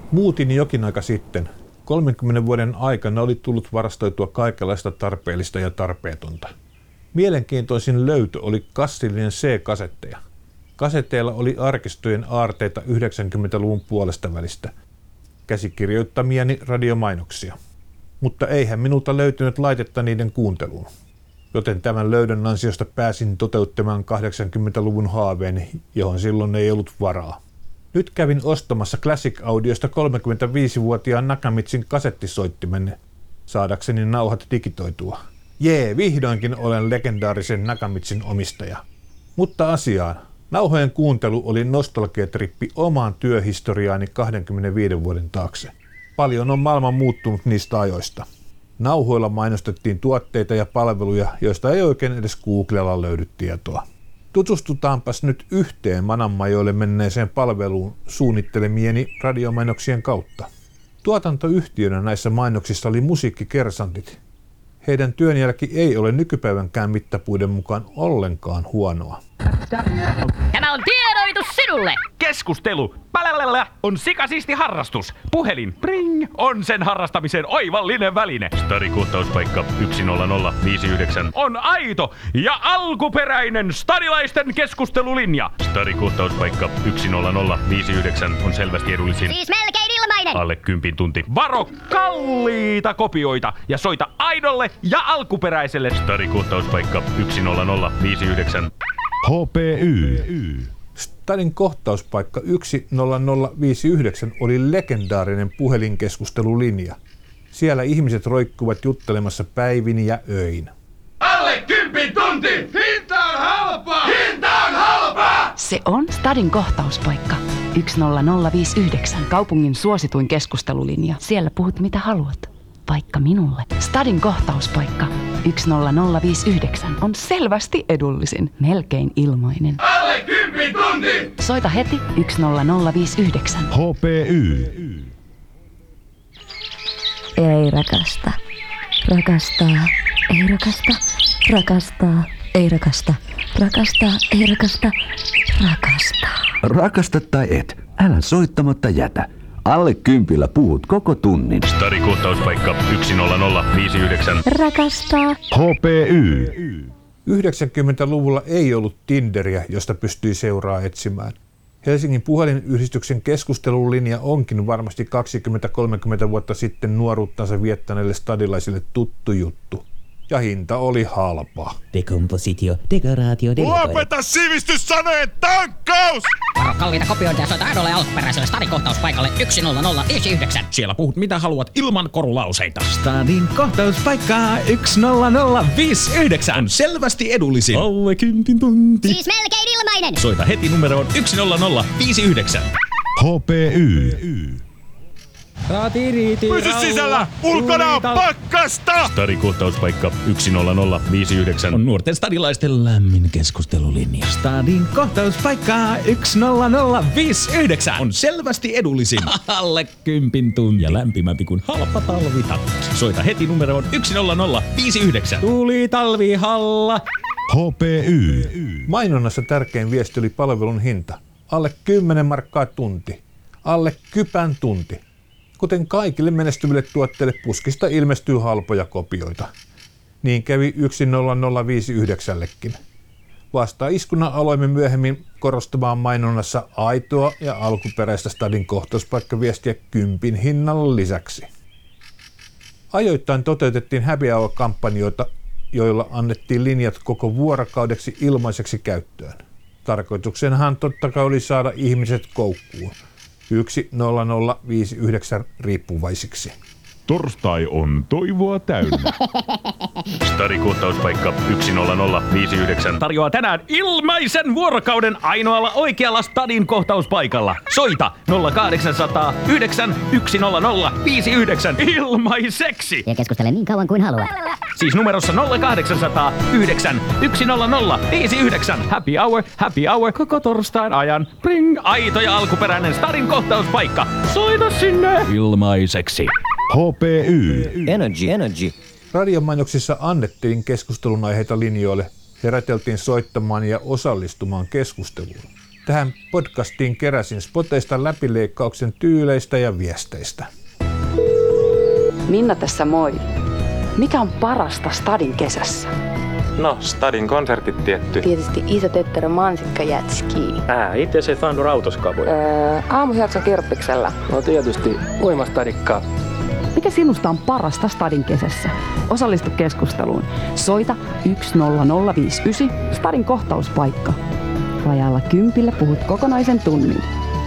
Muutin jokin aika sitten. 30 vuoden aikana oli tullut varastoitua kaikenlaista tarpeellista ja tarpeetonta. Mielenkiintoisin löytö oli kassillinen C-kasetteja. Kasetteilla oli arkistojen aarteita 90-luvun puolesta välistä, käsikirjoittamiani radiomainoksia. Mutta eihän minulta löytynyt laitetta niiden kuunteluun. Joten tämän löydön ansiosta pääsin toteuttamaan 80-luvun haaveeni, johon silloin ei ollut varaa. Nyt kävin ostamassa Classic Audiosta 35-vuotiaan Nakamitsin kasettisoittimen saadakseni nauhat digitoitua. Vihdoinkin olen legendaarisen Nakamitsin omistaja. Mutta asiaan. Nauhojen kuuntelu oli nostalgiatrippi omaan työhistoriaani 25 vuoden taakse. Paljon on maailma muuttunut niistä ajoista. Nauhoilla mainostettiin tuotteita ja palveluja, joista ei oikein edes Googlella löydy tietoa. Tutustutaanpas nyt yhteen Mananmajoille menneeseen palveluun suunnittelemieni radiomainoksien kautta. Tuotantoyhtiönä näissä mainoksissa oli musiikkikersantit. Heidän työnjälki ei ole nykypäivänkään mittapuiden mukaan ollenkaan huonoa. Tämä on tiedoitus sinulle! Keskustelu on sikasiisti harrastus. Puhelin pring on sen harrastamisen oivallinen väline. Stadikohtauspaikka 10059 on aito ja alkuperäinen stadilaisten keskustelulinja. Stadikohtauspaikka 10059 on selvästi edullisin. Siis melkein ilmainen! Alle 10 tunti. Varo kalliita kopioita ja soita aidolle ja alkuperäiselle. Stadikohtauspaikka 10059. HPY. Stadin kohtauspaikka 10059 oli legendaarinen puhelinkeskustelulinja. Siellä ihmiset roikkuvat juttelemassa päivin ja öin. Alle 10 tunti! Hinta on halpaa! Hinta on halpaa! Se on Stadin kohtauspaikka. 10059. Kaupungin suosituin keskustelulinja. Siellä puhut mitä haluat. Vaikka minulle. Stadin kohtauspaikka 10059 on selvästi edullisin. Melkein ilmainen. Alle 10 tunti! Soita heti 10059. HPY. Ei rakasta. Rakastaa. Ei rakasta. Rakastaa. Ei rakasta. Rakastaa. Ei rakasta. Rakastaa. Rakasta tai et, älä soittamatta jätä. Alle 10 puhut koko tunnin. Stadikohtauspaikka 10059. Rakastaa. HPY. 90-luvulla ei ollut Tinderiä, josta pystyi seuraa etsimään. Helsingin puhelinyhdistyksen keskustelulinja onkin varmasti 20-30 vuotta sitten nuoruuttansa viettäneille stadilaisille tuttu juttu. Ja hinta oli halpa. Dekompositio, dekoraatio, Lopeta sivistyssanojen tankkaus! Varo kalliita kopioita ja soita aidolle alkuperäiselle Stadin kohtauspaikalle 10059. Siellä puhut mitä haluat ilman korulauseita. Stadin kohtauspaikka 10059 on selvästi edullisin. Alle 10 tunti. Siis melkein ilmainen! Soita heti numeroon 10059. HPY. Pysy sisällä! Ulkona on pakkasta! Stadikohtauspaikka 10059 On nuorten stadilaisten lämmin keskustelulinja. Stadin kohtauspaikka 10059 On selvästi edullisin. Alle 10 tunti ja lämpimämpi kuin halpa talvitakki. Soita heti numeroon 10059. Tuli talvihalla. HPY. Mainonnassa tärkein viesti oli palvelun hinta. Alle 10 markkaa tunti. Alle kypän tunti. Kuten kaikille menestyville tuotteille puskista ilmestyy halpoja kopioita. Niin kävi 10059-llekin. Vasta iskuna aloimme myöhemmin korostamaan mainonnassa aitoa ja alkuperäistä Stadin kohtauspaikkaviestiä 10 hinnan lisäksi. Ajoittain toteutettiin happy hour-kampanjoita, joilla annettiin linjat koko vuorokaudeksi ilmaiseksi käyttöön. Tarkoituksenahan totta kai oli saada ihmiset koukkuun. 10059 riippuvaisiksi. Torstai on toivoa täynnä. Stadikohtauspaikka 10059 Tarjoaa tänään ilmaisen vuorokauden ainoalla oikealla Stadin kohtauspaikalla. Soita 0800 910059 ilmaiseksi. Ja keskustele niin kauan kuin haluat. Siis numerossa 0800 910059. Happy hour koko torstain ajan. Bring aito ja alkuperäinen Stadin kohtauspaikka. Soita sinne ilmaiseksi. HPY. Energy. Radiomainoksissa annettiin keskustelun aiheita linjoille, heräteltiin soittamaan ja osallistumaan keskusteluun. Tähän podcastiin keräsin spoteista läpileikkauksen tyyleistä ja viesteistä. Minna tässä moi. Mikä on parasta Stadin kesässä? No, Stadin konsertit tietty. Tietysti Iso Töttörön mansikka jetski. Itse se Fandur autoskapuja. Aamuhertson kirppiksellä. No tietysti uimastadikka. Mikä sinusta on parasta Stadin kesässä? Osallistu keskusteluun. Soita 10059 Stadin kohtauspaikka. Vajaalla 10 puhut kokonaisen tunnin.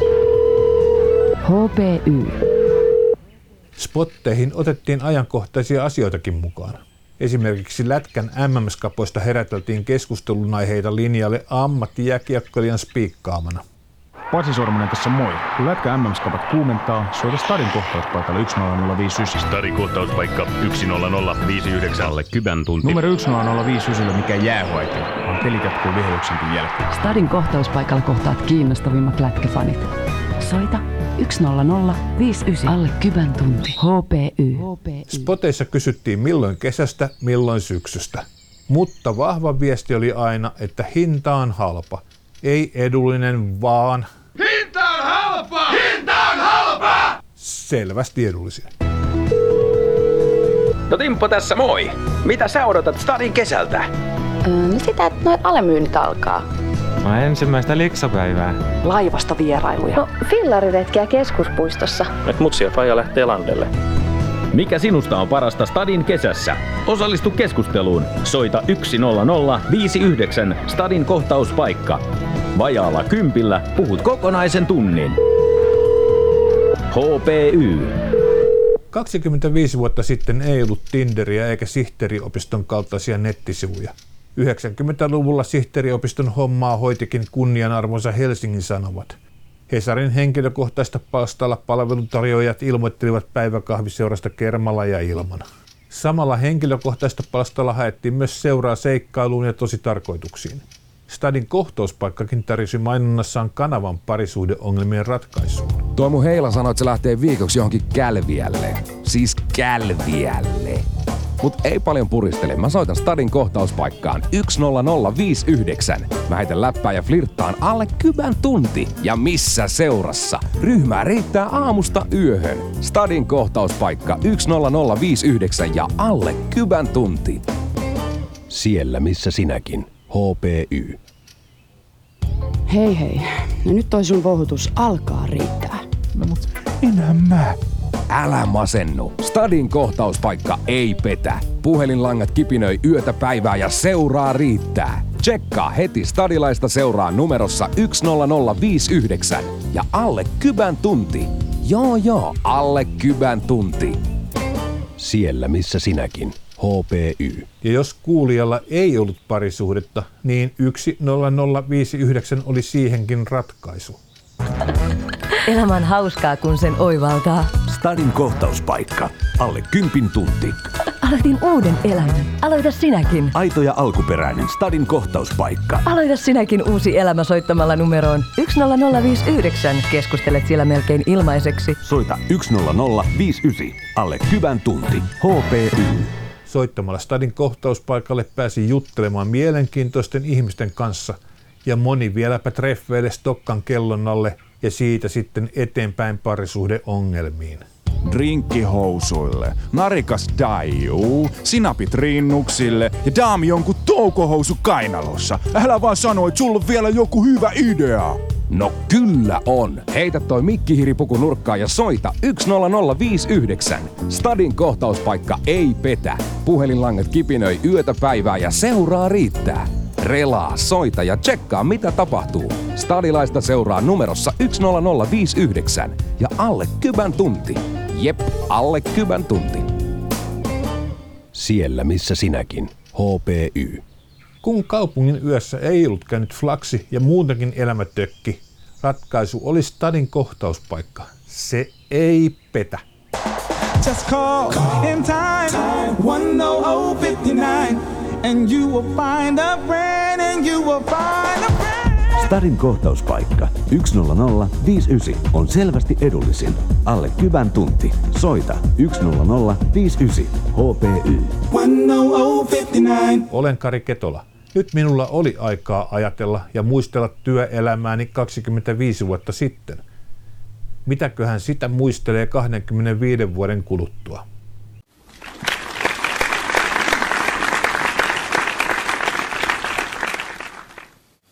HPY. Spotteihin otettiin ajankohtaisia asioitakin mukaan. Esimerkiksi Lätkän MM-skapoista heräteltiin keskustelunaiheita linjalle ammattijääkiekkoilijan spiikkaamana. Pasi Sormunen tässä moi. Kun Lätkä MM-skapat kuumentaa, soita Stadin kohtauspaikalle 10059. Stadin kohtauspaikka 10059 alle Kybän tunti. Numero 10059, mikä jäähuaike, vaan pelit jatkuu vihellyksenkin jälkeen. Stadin kohtauspaikalla kohtaat kiinnostavimmat lätkäfanit. Soita 10059 alle Kybän tunti. HPY. Spoteissa kysyttiin milloin kesästä, milloin syksystä. Mutta vahva viesti oli aina, että hinta on halpa. Ei edullinen, vaan... Hinta on halpa! Hinta on halpa! Selvästi edullisia. No Timppo tässä moi! Mitä sä odotat Stadin kesältä? No sitä, että noi alemyynnit alkaa. Ensimmäistä liksapäivää. Laivasta vierailuja. No fillariretkiä keskuspuistossa. Et mutsi ja faija lähtee landelle. Mikä sinusta on parasta Stadin kesässä? Osallistu keskusteluun. Soita 10059 Stadin kohtauspaikka. Vajaalla 10 puhut kokonaisen tunnin. HPY. 25 vuotta sitten ei ollut Tinderiä eikä sihteeriopiston kaltaisia nettisivuja. 90-luvulla sihteeriopiston hommaa hoitikin kunnianarvonsa Helsingin Sanomat. Hesarin henkilökohtaista palstalla palveluntarjoajat ilmoittelivat päiväkahviseurasta kermalla ja ilmana. Samalla henkilökohtaista palstalla haettiin myös seuraa seikkailuun ja tositarkoituksiin. Stadin kohtauspaikkakin tarjosi mainonnassaan kanavan parisuhdeongelmien ratkaisuun. Tuo mun Heila sanoi, että se lähtee viikoksi johonkin Kälviälle. Siis Kälviälle. Mut ei paljon puristele. Mä soitan Stadin kohtauspaikkaan 10059. Mä heitän läppää ja flirttaan alle Kybän tunti. Ja missä seurassa? Ryhmää riittää aamusta yöhön. Stadin kohtauspaikka 10059 ja alle Kybän tunti. Siellä missä sinäkin. HPY. Hei. No nyt toi sun vohutus alkaa riittää. No mut enää mä. Älä masennu. Stadin kohtauspaikka ei petä. Puhelinlangat kipinöi yötä päivää ja seuraa riittää. Tsekkaa heti Stadilaista seuraa numerossa 10059 ja alle Kybän tunti. Joo, alle Kybän tunti. Siellä missä sinäkin. HPY. Ja jos kuulijalla ei ollut parisuhdetta, niin 10059 oli siihenkin ratkaisu. Elämä on hauskaa, kun sen oivaltaa. Stadin kohtauspaikka. Alle 10 tunti. Aloitin uuden elämän. Aloita sinäkin. Aito ja alkuperäinen Stadin kohtauspaikka. Aloita sinäkin uusi elämä soittamalla numeroon 10059. Keskustelet siellä melkein ilmaiseksi. Soita 10059. Alle Kybän tunti. HPY. Soittamalla Stadin kohtauspaikalle pääsi juttelemaan mielenkiintoisten ihmisten kanssa ja moni vieläpä treffeille Stokkan kellon alle ja siitä sitten eteenpäin parisuhdeongelmiin. Drinkkihousuille, narikas daiju, sinapit rinnuksille ja daami jonkun toukohousu kainalossa. Älä vaan sano, että sulla on vielä joku hyvä idea. No kyllä on. Heitä toi mikkihiripuku nurkkaan ja soita 10059. Stadin kohtauspaikka ei petä. Puhelinlangat kipinöi yötä päivää ja seuraa riittää. Relaa, soita ja tsekkaa mitä tapahtuu. Stadilaista seuraa numerossa 10059 ja alle Kybän tunti. Jep, alle Kybän tunti. Siellä missä sinäkin. HPY. Kun kaupungin yössä ei ollut käynyt flaksi ja muutenkin elämä tökki, ratkaisu oli Stadin kohtauspaikka. Se ei petä. Just call in time 10059 and you will find a friend and you will find a friend. Stadin kohtauspaikka 10059 on selvästi edullisin. Alle Kybän tunti. Soita 10059. HPY. 10059. Olen Kari Ketola. Nyt minulla oli aikaa ajatella ja muistella työelämääni 25 vuotta sitten. Mitäköhän sitä muistelee 25 vuoden kuluttua?